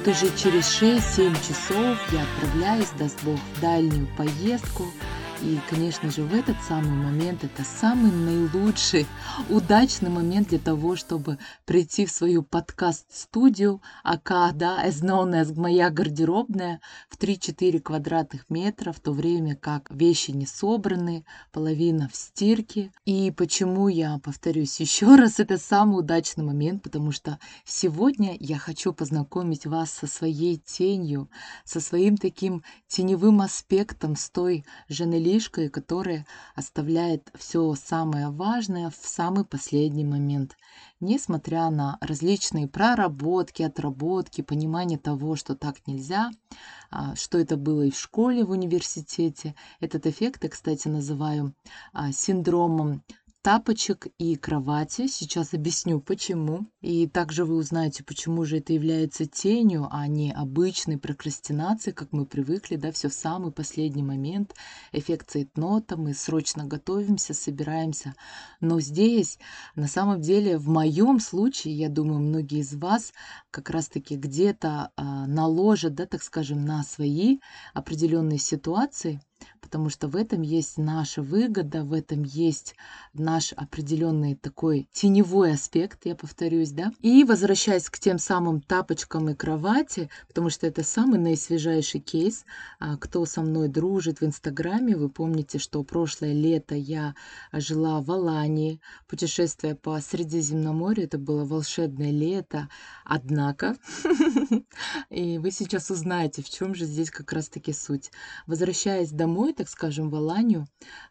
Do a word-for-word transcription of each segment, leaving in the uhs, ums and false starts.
только же через шесть-семь часов я отправляюсь, даст Бог, в дальнюю поездку. И, конечно же, в этот самый момент это самый наилучший, удачный момент для того, чтобы прийти в свою подкаст-студию, ака, да, as known as моя гардеробная, в три-четыре квадратных метра, в то время как вещи не собраны, половина в стирке. И почему я повторюсь еще раз, это самый удачный момент, потому что сегодня я хочу познакомить вас со своей тенью, со своим таким теневым аспектом, с той Жанелишкой, которая оставляет все самое важное в самый последний момент. Несмотря на различные проработки, отработки, понимание того, что так нельзя, а, что это было и в школе, в университете. Этот эффект я, кстати, называю а, синдромом тапочек и кровати. Сейчас объясню, почему. И также вы узнаете, почему же это является тенью, а не обычной прокрастинацией, как мы привыкли, да, все в самый последний момент. Эффект цейтнота, мы срочно готовимся, собираемся. Но здесь, на самом деле, в моем случае, я думаю, многие из вас как раз-таки где-то а, наложат, да, так скажем, на свои определенные ситуации, потому что в этом есть наша выгода, в этом есть наш определенный такой теневой аспект, я повторюсь, да. И возвращаясь к тем самым тапочкам и кровати, потому что это самый наисвежайший кейс, а, кто со мной дружит в Инстаграме, вы помните, что прошлое лето я жила в Алании, путешествие по Средиземноморью, это было волшебное лето, однако, и вы сейчас узнаете, в чем же здесь как раз-таки суть. Возвращаясь домой, так скажем, в Аланию,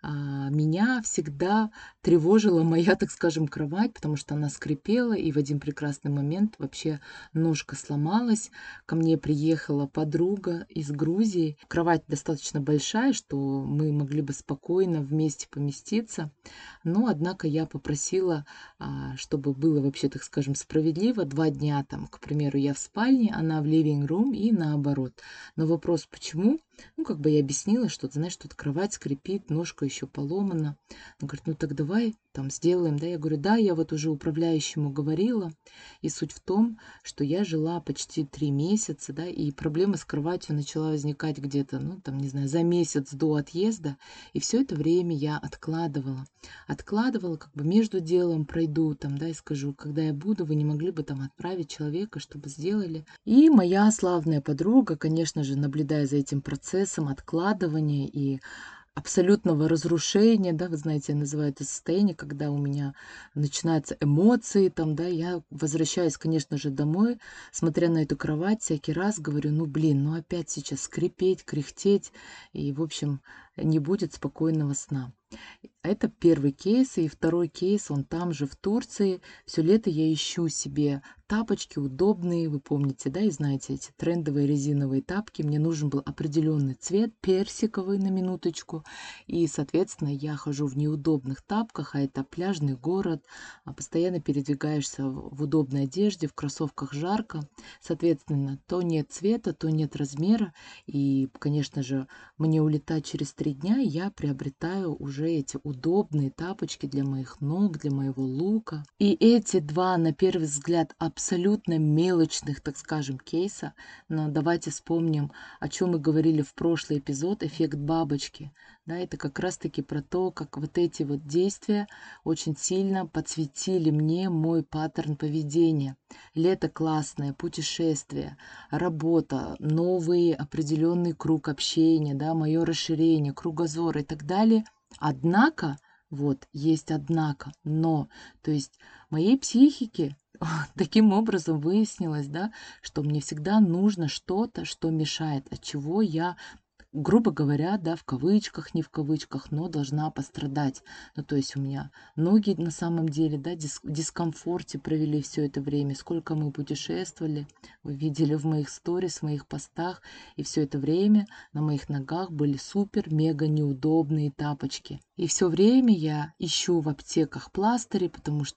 а, меня всегда тревожила моя, так скажем, кровать, потому что она скрипела, и в один прекрасный момент вообще ножка сломалась. Ко мне приехала подруга из Грузии. Кровать достаточно большая, что мы могли бы спокойно вместе поместиться. Но, однако, я попросила, а, чтобы было вообще, так скажем, справедливо. Два дня там, к примеру, я в спальне, она в living room и наоборот. Но вопрос, почему? Ну, как бы я объяснила, что, ты знаешь, тут кровать скрипит, ножка еще поломана. Она говорит, ну так давай там сделаем, да? Я говорю, да, я вот уже управляющему говорила. И суть в том, что я жила почти три месяца, да, и проблема с кроватью начала возникать где-то, ну, там, не знаю, за месяц до отъезда. И все это время я откладывала. Откладывала, как бы между делом пройду, там, да, и скажу, когда я буду, вы не могли бы там отправить человека, чтобы сделали. И моя славная подруга, конечно же, наблюдая за этим процессом откладывания и абсолютного разрушения, да, вы знаете, я называю это состояние, когда у меня начинаются эмоции, там, да, я возвращаюсь, конечно же, домой, смотря на эту кровать, всякий раз говорю, ну, блин, ну, опять сейчас скрипеть, кряхтеть, и, в общем, не будет спокойного сна. Это первый кейс, и второй кейс, он там же в Турции. Все лето я ищу себе тапочки удобные, вы помните, да, и знаете эти трендовые резиновые тапки. Мне нужен был определенный цвет, персиковый на минуточку, и, соответственно, я хожу в неудобных тапках, а это пляжный город, а постоянно передвигаешься в в удобной одежде, в кроссовках жарко, соответственно, то нет цвета, то нет размера, и, конечно же, мне улетать через три дня, и я приобретаю уже эти удобные тапочки для моих ног, для моего лука. И эти два, на первый взгляд, абсолютно мелочных, так скажем, кейса, но давайте вспомним, о чем мы говорили в прошлый эпизод, эффект бабочки. Да, это как раз-таки про то, как вот эти вот действия очень сильно подсветили мне мой паттерн поведения. Лето классное, путешествие, работа, новый определенный круг общения, да, мое расширение, кругозор и так далее. Однако, вот, есть однако, но, то есть моей психике таким образом выяснилось, да, что мне всегда нужно что-то, что мешает, от чего я, грубо говоря, да, в кавычках, не в кавычках, но должна пострадать. Ну, то есть у меня ноги на самом деле, да, дис- в дискомфорте провели все это время. Сколько мы путешествовали, вы видели в моих сторис, в моих постах, и все это время на моих ногах были супер-мега неудобные тапочки. И все время я ищу в аптеках пластыри, потому что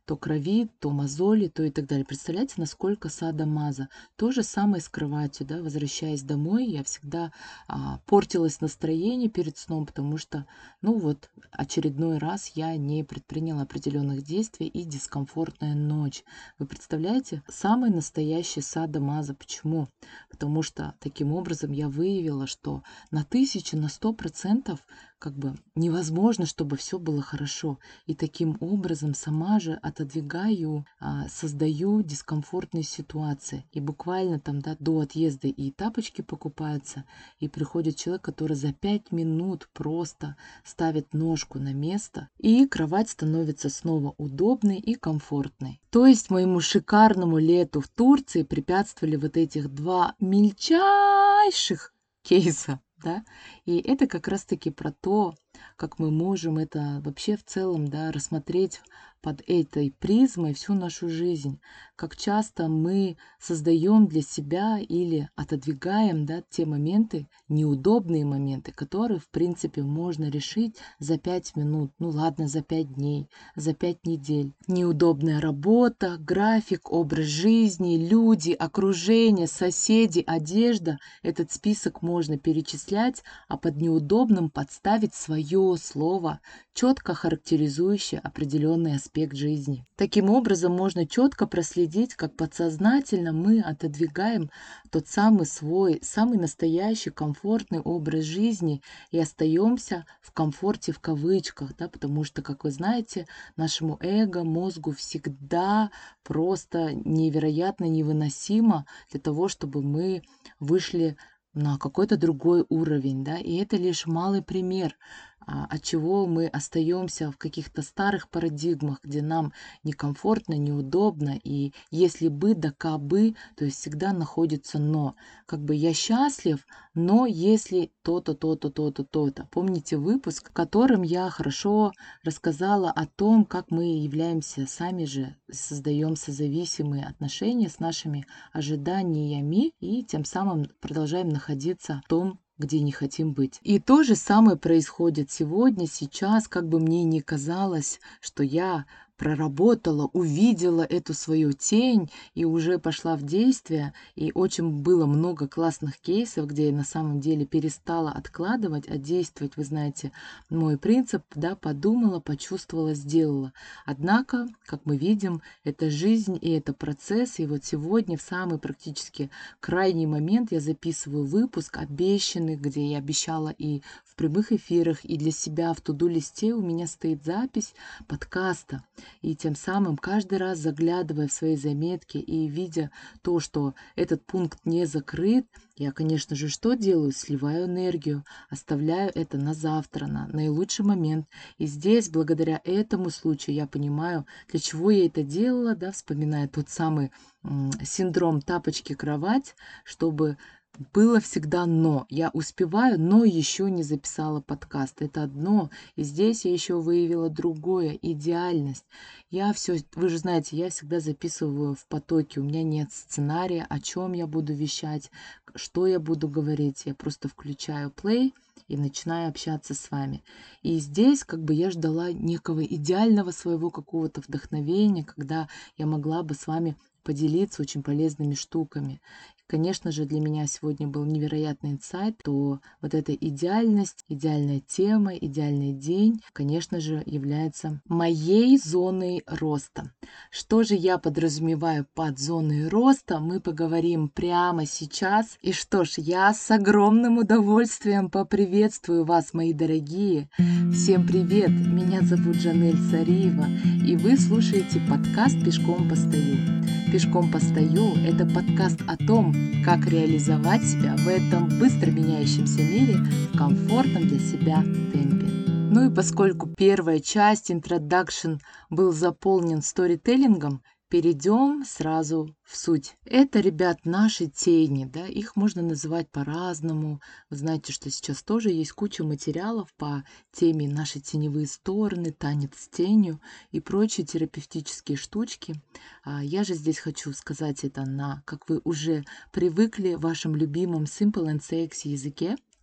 то кровит, то мозоли, то и так далее. Представляете, насколько садомаза. То же самое с кроватью, да, возвращаясь домой, я всегда а, портилось настроение перед сном, потому что, ну вот, очередной раз я не предприняла определенных действий и дискомфортная ночь. Вы представляете, самый настоящий садомаза. Почему? Потому что таким образом я выявила, что на тысячу, на сто процентов как бы невозможно, чтобы все было хорошо. И таким образом сама же отодвигаю, а, создаю дискомфортные ситуации. И буквально там, да, до отъезда и тапочки покупаются, и приходит человек, который за пять минут просто ставит ножку на место, и кровать становится снова удобной и комфортной. То есть моему шикарному лету в Турции препятствовали вот этих два мельчайших кейса. Да? И это как раз-таки про то, как мы можем это вообще в целом, да, рассмотреть под этой призмой всю нашу жизнь. Как часто мы создаем для себя или отодвигаем, да, те моменты, неудобные моменты, которые, в принципе, можно решить за пять минут, ну ладно, за пять дней, за пять недель. Неудобная работа, график, образ жизни, люди, окружение, соседи, одежда. Этот список можно перечислять, а под неудобным подставить свое слово, четко характеризующее определенный аспект жизни. Таким образом, можно четко проследить, как подсознательно мы отодвигаем тот самый свой, самый настоящий комфортный образ жизни и остаемся в комфорте в кавычках, да, потому что, как вы знаете, нашему эго, мозгу всегда просто невероятно невыносимо для того, чтобы мы вышли на какой-то другой уровень, да, и это лишь малый пример, а, от чего мы остаемся в каких-то старых парадигмах, где нам некомфортно, неудобно, и если бы, да кабы, то есть всегда находится но. Как бы я счастлив, но если то-то, то-то, то-то, то-то. Помните выпуск, в котором я хорошо рассказала о том, как мы являемся сами же, создаем созависимые отношения с нашими ожиданиями и тем самым продолжаем находиться в том, где не хотим быть. И то же самое происходит сегодня, сейчас, как бы мне ни казалось, что я проработала, увидела эту свою тень и уже пошла в действие. И очень было много классных кейсов, где я на самом деле перестала откладывать, а действовать, вы знаете, мой принцип, да, подумала, почувствовала, сделала. Однако, как мы видим, это жизнь и это процесс. И вот сегодня в самый практически крайний момент я записываю выпуск обещанный, где я обещала и в прямых эфирах, и для себя в туду-листе у меня стоит запись подкаста. И тем самым каждый раз заглядывая в свои заметки и видя то, что этот пункт не закрыт, я, конечно же, что делаю? Сливаю энергию, оставляю это на завтра, на наилучший момент. И здесь, благодаря этому случаю, я понимаю, для чего я это делала, да, вспоминая тот самый м, синдром тапочки-кровать, чтобы было всегда но. Я успеваю, но еще не записала подкаст. Это одно. И здесь я еще выявила другое. Идеальность. Я все, вы же знаете, я всегда записываю в потоке. У меня нет сценария, о чем я буду вещать, что я буду говорить. Я просто включаю play и начинаю общаться с вами. И здесь как бы я ждала некого идеального своего какого-то вдохновения, когда я могла бы с вами поделиться очень полезными штуками. Конечно же, для меня сегодня был невероятный инсайт, то вот эта идеальность, идеальная тема, идеальный день, конечно же, является моей зоной роста. Что же я подразумеваю под зоной роста, мы поговорим прямо сейчас. И что ж, я с огромным удовольствием поприветствую вас, мои дорогие. Всем привет! Меня зовут Жанель Сариева, и вы слушаете подкаст «Пешком постою». «Пешком постою» — это подкаст о том, как реализовать себя в этом быстро меняющемся мире в комфортном для себя темпе. Ну и поскольку первая часть, introduction, был заполнен сторителлингом, перейдем сразу в суть. Это, ребят, наши тени, да, их можно называть по-разному. Вы знаете, что сейчас тоже есть куча материалов по теме наши теневые стороны, танец с тенью и прочие терапевтические штучки. А я же здесь хочу сказать это на, как вы уже привыкли, вашем любимом Simple and Sexy языке.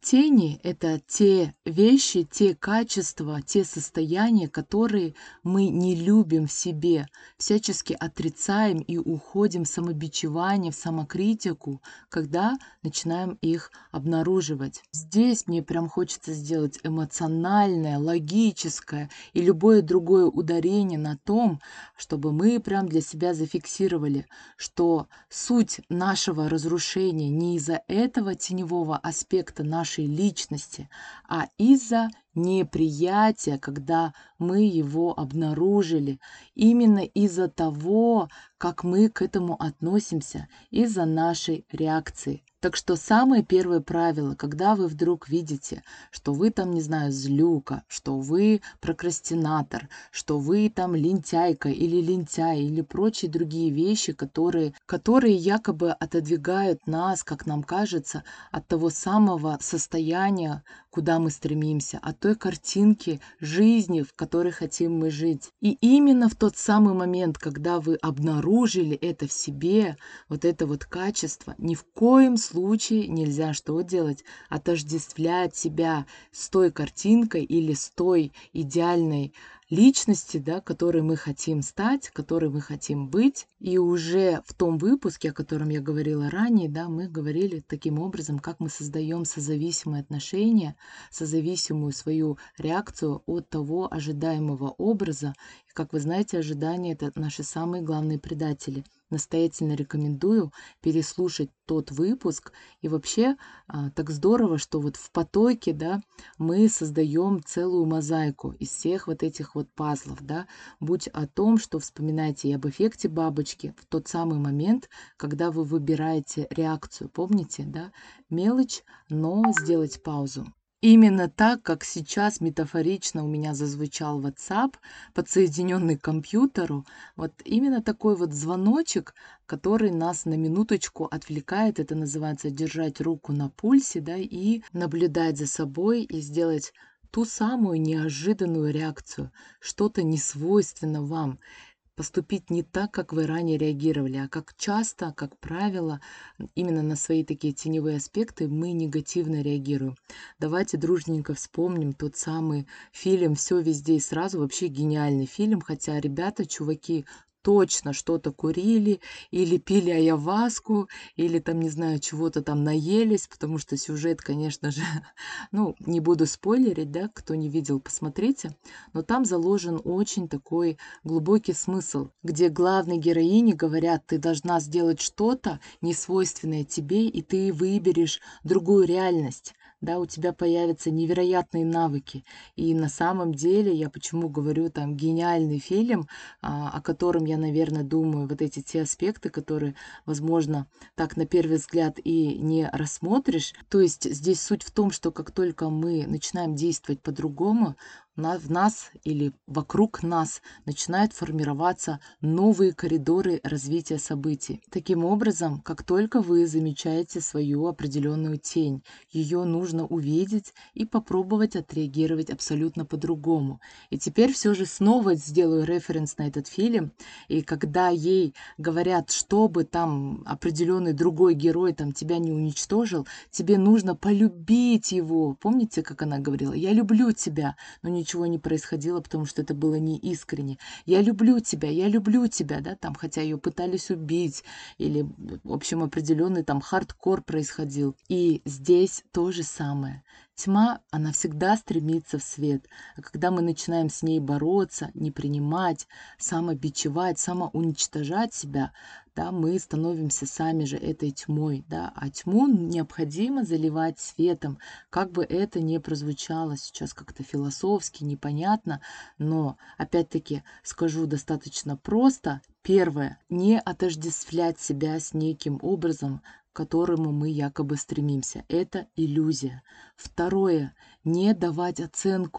Тени — это те вещи, те качества, те состояния, которые мы не любим в себе, всячески отрицаем и уходим в самобичевание, в самокритику, когда начинаем их обнаруживать. Здесь мне прям хочется сделать эмоциональное, логическое и любое другое ударение на том, чтобы мы прям для себя зафиксировали, что суть нашего разрушения не из-за этого теневого аспекта нашей личности, а из-за неприятия, когда мы его обнаружили, именно из-за того, как мы к этому относимся, из-за нашей реакции. Так что самое первое правило, когда вы вдруг видите, что вы там, не знаю, злюка, что вы прокрастинатор, что вы там лентяйка или лентяй, или прочие другие вещи, которые, которые якобы отодвигают нас, как нам кажется, от того самого состояния, куда мы стремимся, от той картинки жизни, в которой хотим мы жить. И именно в тот самый момент, когда вы обнаружили это в себе, вот это вот качество, ни в коем случае нельзя что делать? Отождествлять себя с той картинкой или с той идеальной личности, да, которой мы хотим стать, которой мы хотим быть. И уже в том выпуске, о котором я говорила ранее, да, мы говорили таким образом, как мы создаем созависимые отношения, созависимую свою реакцию от того ожидаемого образа. И, как вы знаете, ожидания — это наши самые главные предатели. Настоятельно рекомендую переслушать тот выпуск. И вообще а, так здорово, что вот в потоке, да, мы создаем целую мозаику из всех вот этих вот пазлов, да, будь о том, что вспоминаете и об эффекте бабочки в тот самый момент, когда вы выбираете реакцию. Помните, да, мелочь, но сделать паузу. Именно так, как сейчас метафорично у меня зазвучал WhatsApp, подсоединенный к компьютеру, вот именно такой вот звоночек, который нас на минуточку отвлекает, это называется держать руку на пульсе, да, и наблюдать за собой и сделать ту самую неожиданную реакцию, что-то несвойственно вам. Поступить не так, как вы ранее реагировали, а как часто, как правило, именно на свои такие теневые аспекты мы негативно реагируем. Давайте дружненько вспомним тот самый фильм «Все везде и сразу». Вообще гениальный фильм, хотя ребята, чуваки, точно что-то курили или пили аяваску, или там, не знаю, чего-то там наелись, потому что сюжет, конечно же, ну, не буду спойлерить, да, кто не видел, посмотрите, но там заложен очень такой глубокий смысл, где главной героине говорят: ты должна сделать что-то несвойственное тебе, и ты выберешь другую реальность. Да, у тебя появятся невероятные навыки. И на самом деле, я почему говорю, там гениальный фильм, а, о котором я, наверное, думаю, вот эти те аспекты, которые, возможно, так на первый взгляд и не рассмотришь. То есть здесь суть в том, что как только мы начинаем действовать по-другому, на- в нас или вокруг нас начинают формироваться новые коридоры развития событий. Таким образом, как только вы замечаете свою определенную тень, ее нужно увидеть и попробовать отреагировать абсолютно по-другому. И теперь все же снова сделаю референс на этот фильм. И когда ей говорят, чтобы там определенный другой герой там тебя не уничтожил, тебе нужно полюбить его. Помните, как она говорила? Я люблю тебя. Но ничего не происходило, потому что это было неискренне. Я люблю тебя, я люблю тебя, да, там, хотя ее пытались убить, или, в общем, определенный там хардкор происходил. И здесь то же самое. Тьма, она всегда стремится в свет. А когда мы начинаем с ней бороться, не принимать, самобичевать, самоуничтожать себя, да, мы становимся сами же этой тьмой, да, а тьму необходимо заливать светом, как бы это ни прозвучало сейчас как-то философски, непонятно, но, опять-таки, скажу достаточно просто. Первое, не отождествлять себя с неким образом, к которому мы якобы стремимся. Это иллюзия. Второе, не давать оценку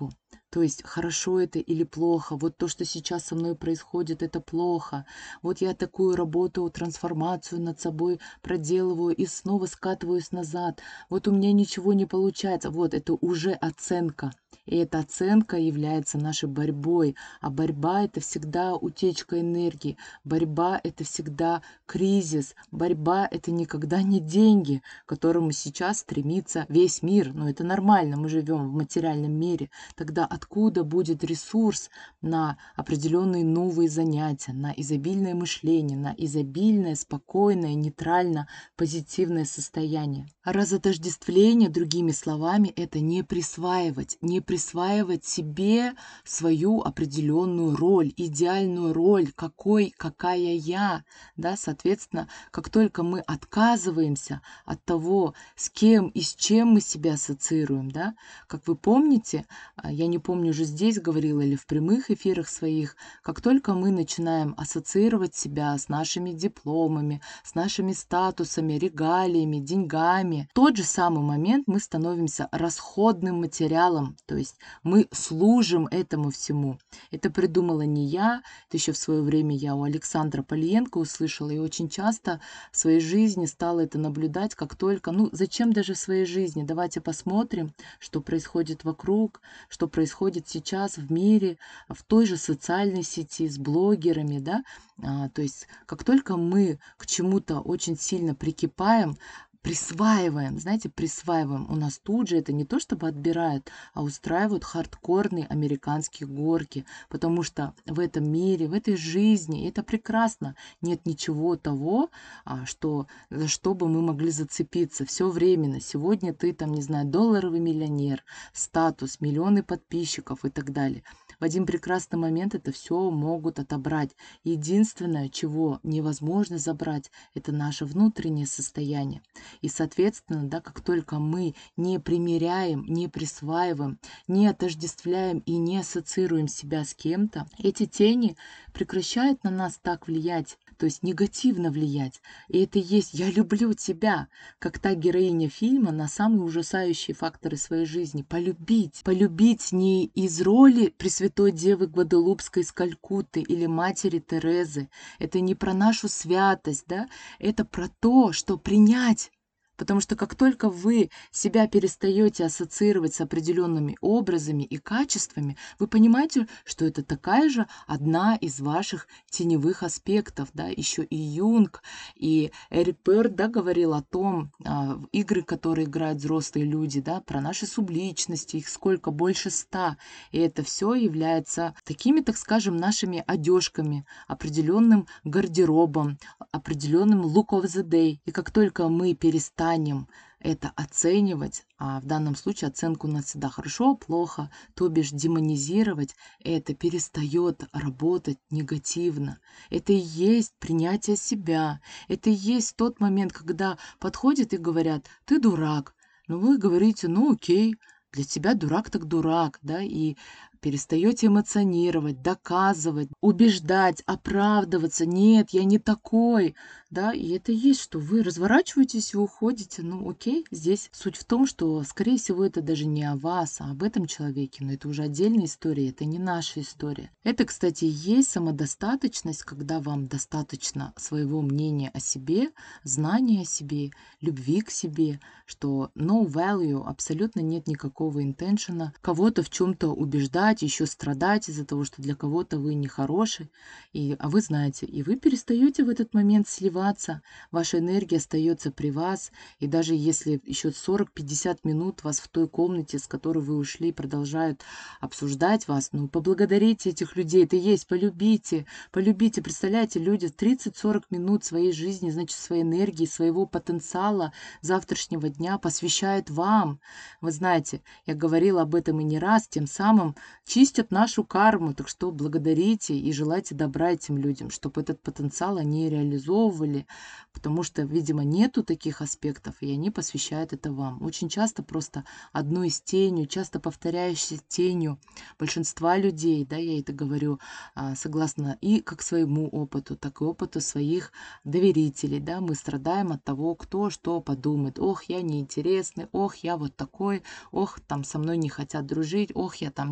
То есть хорошо это или плохо, вот то, что сейчас со мной происходит, это плохо. Вот я такую работу, трансформацию над собой проделываю и снова скатываюсь назад. Вот у меня ничего не получается. Вот это уже оценка. И эта оценка является нашей борьбой. А борьба — это всегда утечка энергии. Борьба — это всегда кризис. Борьба — это никогда не деньги, к которому сейчас стремится весь мир. Но это нормально, мы живем в материальном мире. Тогда откуда будет ресурс на определенные новые занятия, на изобильное мышление, на изобильное, спокойное, нейтрально позитивное состояние? Разотождествление, другими словами, это не присваивать, не присваивать себе свою определенную роль, идеальную роль, какой, какая я, да, соответственно, как только мы отказываемся от того, с кем и с чем мы себя ассоциируем, да, как вы помните, а, я не помню, уже здесь говорила или в прямых эфирах своих, как только мы начинаем ассоциировать себя с нашими дипломами, с нашими статусами, регалиями, деньгами, в тот же самый момент мы становимся расходным материалом, то есть мы служим этому всему. Это придумала не я, это еще в свое время я у Александра Полиенко услышала, и очень часто в своей жизни стала это наблюдать, как только, ну зачем даже в своей жизни, давайте посмотрим, что происходит вокруг, что происходит сейчас в мире, в той же социальной сети, с блогерами, да, а, то есть как только мы к чему-то очень сильно прикипаем, присваиваем, знаете, присваиваем. У нас тут же это не то чтобы отбирают, а устраивают хардкорные американские горки, потому что в этом мире, в этой жизни, это прекрасно, нет ничего того, а, что, за что бы мы могли зацепиться. Все временно. Сегодня ты там, не знаю, долларовый миллионер, статус, миллионы подписчиков и так далее. В один прекрасный момент это все могут отобрать. Единственное, чего невозможно забрать, это наше внутреннее состояние. И, соответственно, да, как только мы не примеряем, не присваиваем, не отождествляем и не ассоциируем себя с кем-то, эти тени прекращают на нас так влиять, то есть негативно влиять. И это и есть «я люблю тебя», как та героиня фильма на самые ужасающие факторы своей жизни. Полюбить. Полюбить не из роли Пресвятой Девы Гваделупской из Калькутты или Матери Терезы. Это не про нашу святость, да? Это про то, что принять. Потому что как только вы себя перестаете ассоциировать с определенными образами и качествами, вы понимаете, что это такая же одна из ваших теневых аспектов, да, еще и Юнг, и Эрик Берн, да, говорил о том, а, игры, которые играют взрослые люди, да, про наши субличности, их сколько, больше ста, и это все является такими, так скажем, нашими одежками, определенным гардеробом, определенным look of the day, и как только мы перестанем это оценивать, а в данном случае оценку у нас всегда хорошо, плохо, то бишь демонизировать, это перестает работать негативно. Это и есть принятие себя. Это и есть тот момент, когда подходят и говорят: ты дурак. Ну вы говорите: ну окей, для тебя дурак так дурак, да, и перестаете эмоционировать, доказывать, убеждать, оправдываться. Нет, я не такой, да, и это и есть, что вы разворачиваетесь и уходите. Ну, окей, здесь суть в том, что, скорее всего, это даже не о вас, а об этом человеке, но это уже отдельная история, это не наша история. Это, кстати, и есть самодостаточность, когда вам достаточно своего мнения о себе, знания о себе, любви к себе, что no value, абсолютно нет никакого интеншена кого-то в чем-то убеждать, еще страдать из-за того, что для кого-то вы нехороший, и, а вы знаете, и вы перестаете в этот момент сливаться, ваша энергия остается при вас, и даже если еще сорок-пятьдесят минут вас в той комнате, с которой вы ушли, продолжают обсуждать вас, ну, поблагодарите этих людей, это и есть, полюбите, полюбите, представляете, люди тридцать-сорок минут своей жизни, значит, своей энергии, своего потенциала завтрашнего дня посвящают вам. Вы знаете, я говорила об этом и не раз, тем самым чистят нашу карму, так что благодарите и желайте добра этим людям, чтобы этот потенциал они реализовывали, потому что, видимо, нету таких аспектов, и они посвящают это вам. Очень часто просто одной из тенью, часто повторяющейся тенью большинства людей, да, я это говорю, а, согласно и как своему опыту, так и опыту своих доверителей, да, мы страдаем от того, кто что подумает. Ох, я неинтересный, ох, я вот такой, ох, там со мной не хотят дружить, ох, я там не полезный,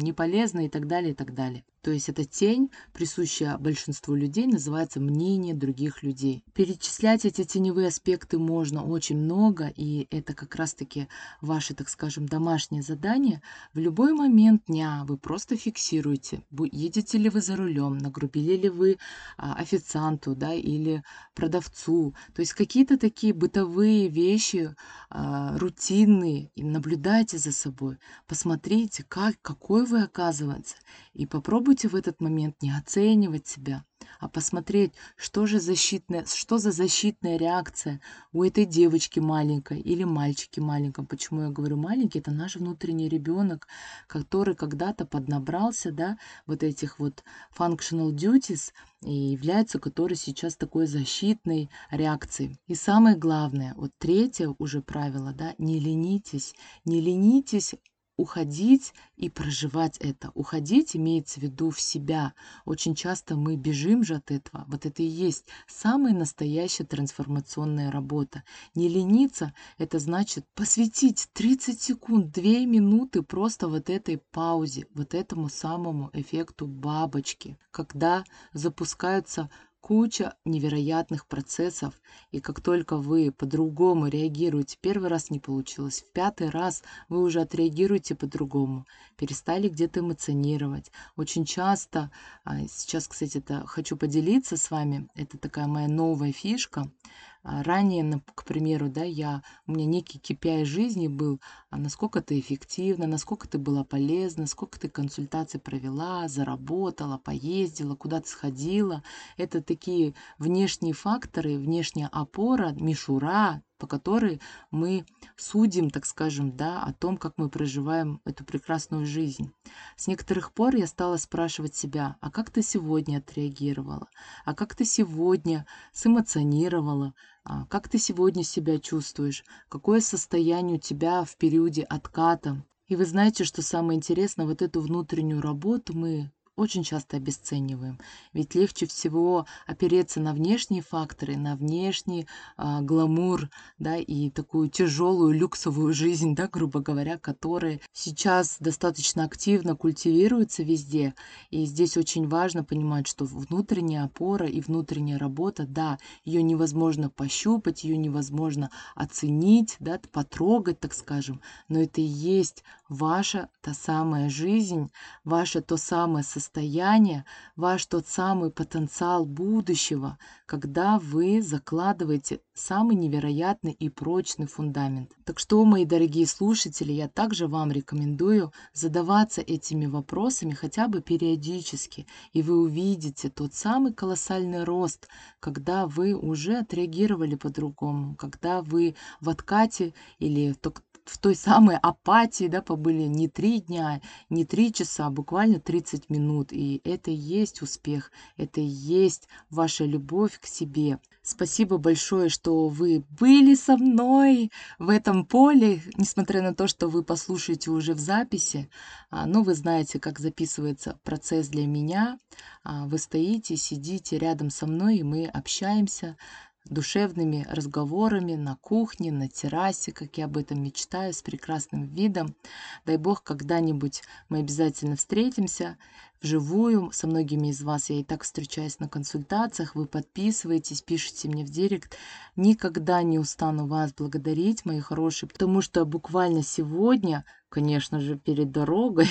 полезно и так далее, и так далее. То есть эта тень, присущая большинству людей, называется мнение других людей. Перечислять эти теневые аспекты можно очень много, и это как раз-таки ваше, так скажем, домашнее задание. В любой момент дня вы просто фиксируете, бу- едете ли вы за рулем, нагрубили ли вы а, официанту, да, или продавцу. То есть какие-то такие бытовые вещи, а, рутинные, и наблюдайте за собой. Посмотрите, как, какой вы оказывается, и попробуйте в этот момент не оценивать себя, а посмотреть, что же защитная, что за защитная реакция у этой девочки маленькой или мальчики маленьком. Почему я говорю маленький? Это наш внутренний ребенок, который когда-то поднабрался, да, вот этих вот functional duties и является, который сейчас такой защитной реакцией. И самое главное, вот третье уже правило, да, не ленитесь, не ленитесь уходить и проживать это. Уходить имеется в виду в себя. Очень часто мы бежим же от этого. Вот это и есть самая настоящая трансформационная работа. Не лениться — это значит посвятить тридцать секунд, две минуты просто вот этой паузе, вот этому самому эффекту бабочки, когда запускаются куча невероятных процессов, и как только вы по-другому реагируете, первый раз не получилось, в пятый раз вы уже отреагируете по-другому, перестали где-то эмоционировать. Очень часто, а, сейчас, кстати, это хочу поделиться с вами, это такая моя новая фишка. А, Ранее, нап- к примеру, да, я, у меня некий кей пи ай жизни был, а насколько ты эффективна, насколько ты была полезна, сколько ты консультаций провела, заработала, поездила, куда ты сходила. Это такие внешние факторы, внешняя опора, мишура, по которой мы судим, так скажем, да, о том, как мы проживаем эту прекрасную жизнь. С некоторых пор я стала спрашивать себя, а как ты сегодня отреагировала? А как ты сегодня сэмоционировала? А как ты сегодня себя чувствуешь? Какое состояние у тебя в периоде отката? И вы знаете, что самое интересное, вот эту внутреннюю работу мы очень часто обесцениваем. Ведь легче всего опереться на внешние факторы, на внешний а, гламур, да, и такую тяжелую люксовую жизнь, да, грубо говоря, которая сейчас достаточно активно культивируется везде. И здесь очень важно понимать, что внутренняя опора и внутренняя работа, да, ее невозможно пощупать, ее невозможно оценить, да, потрогать, так скажем, но это и есть ваша та самая жизнь, ваше то самое состояние, ваш тот самый потенциал будущего, когда вы закладываете самый невероятный и прочный фундамент. Так что, мои дорогие слушатели, я также вам рекомендую задаваться этими вопросами хотя бы периодически, и вы увидите тот самый колоссальный рост, когда вы уже отреагировали по-другому, когда вы в откате или в ток- в той самой апатии, да, побыли не три дня, не три часа, а буквально тридцать минут. И это и есть успех, это и есть ваша любовь к себе. Спасибо большое, что вы были со мной в этом поле, несмотря на то, что вы послушаете уже в записи. А, Но вы знаете, как записывается процесс для меня. А, Вы стоите, сидите рядом со мной, и мы общаемся душевными разговорами на кухне, на террасе, как я об этом мечтаю, с прекрасным видом. Дай Бог, когда-нибудь мы обязательно встретимся вживую. Со многими из вас я и так встречаюсь на консультациях. Вы подписываетесь, пишите мне в директ. Никогда не устану вас благодарить, мои хорошие, потому что буквально сегодня, конечно же, перед дорогой,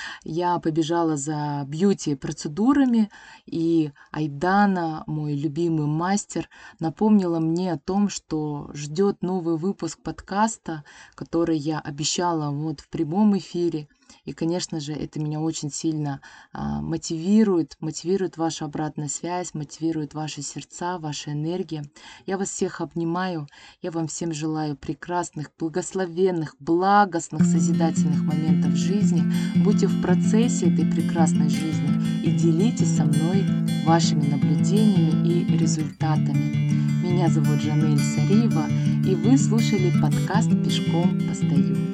я побежала за бьюти-процедурами, и Айдана, мой любимый мастер, напомнила мне о том, что ждет новый выпуск подкаста, который я обещала вот в прямом эфире. И, конечно же, это меня очень сильно а, мотивирует, мотивирует ваша обратная связь, мотивирует ваши сердца, ваша энергия. Я вас всех обнимаю, я вам всем желаю прекрасных, благословенных, благостных, созидательных моментов в жизни. Будьте в процессе этой прекрасной жизни и делитесь со мной вашими наблюдениями и результатами. Меня зовут Жанель Сариева, и вы слушали подкаст «Пешком постою».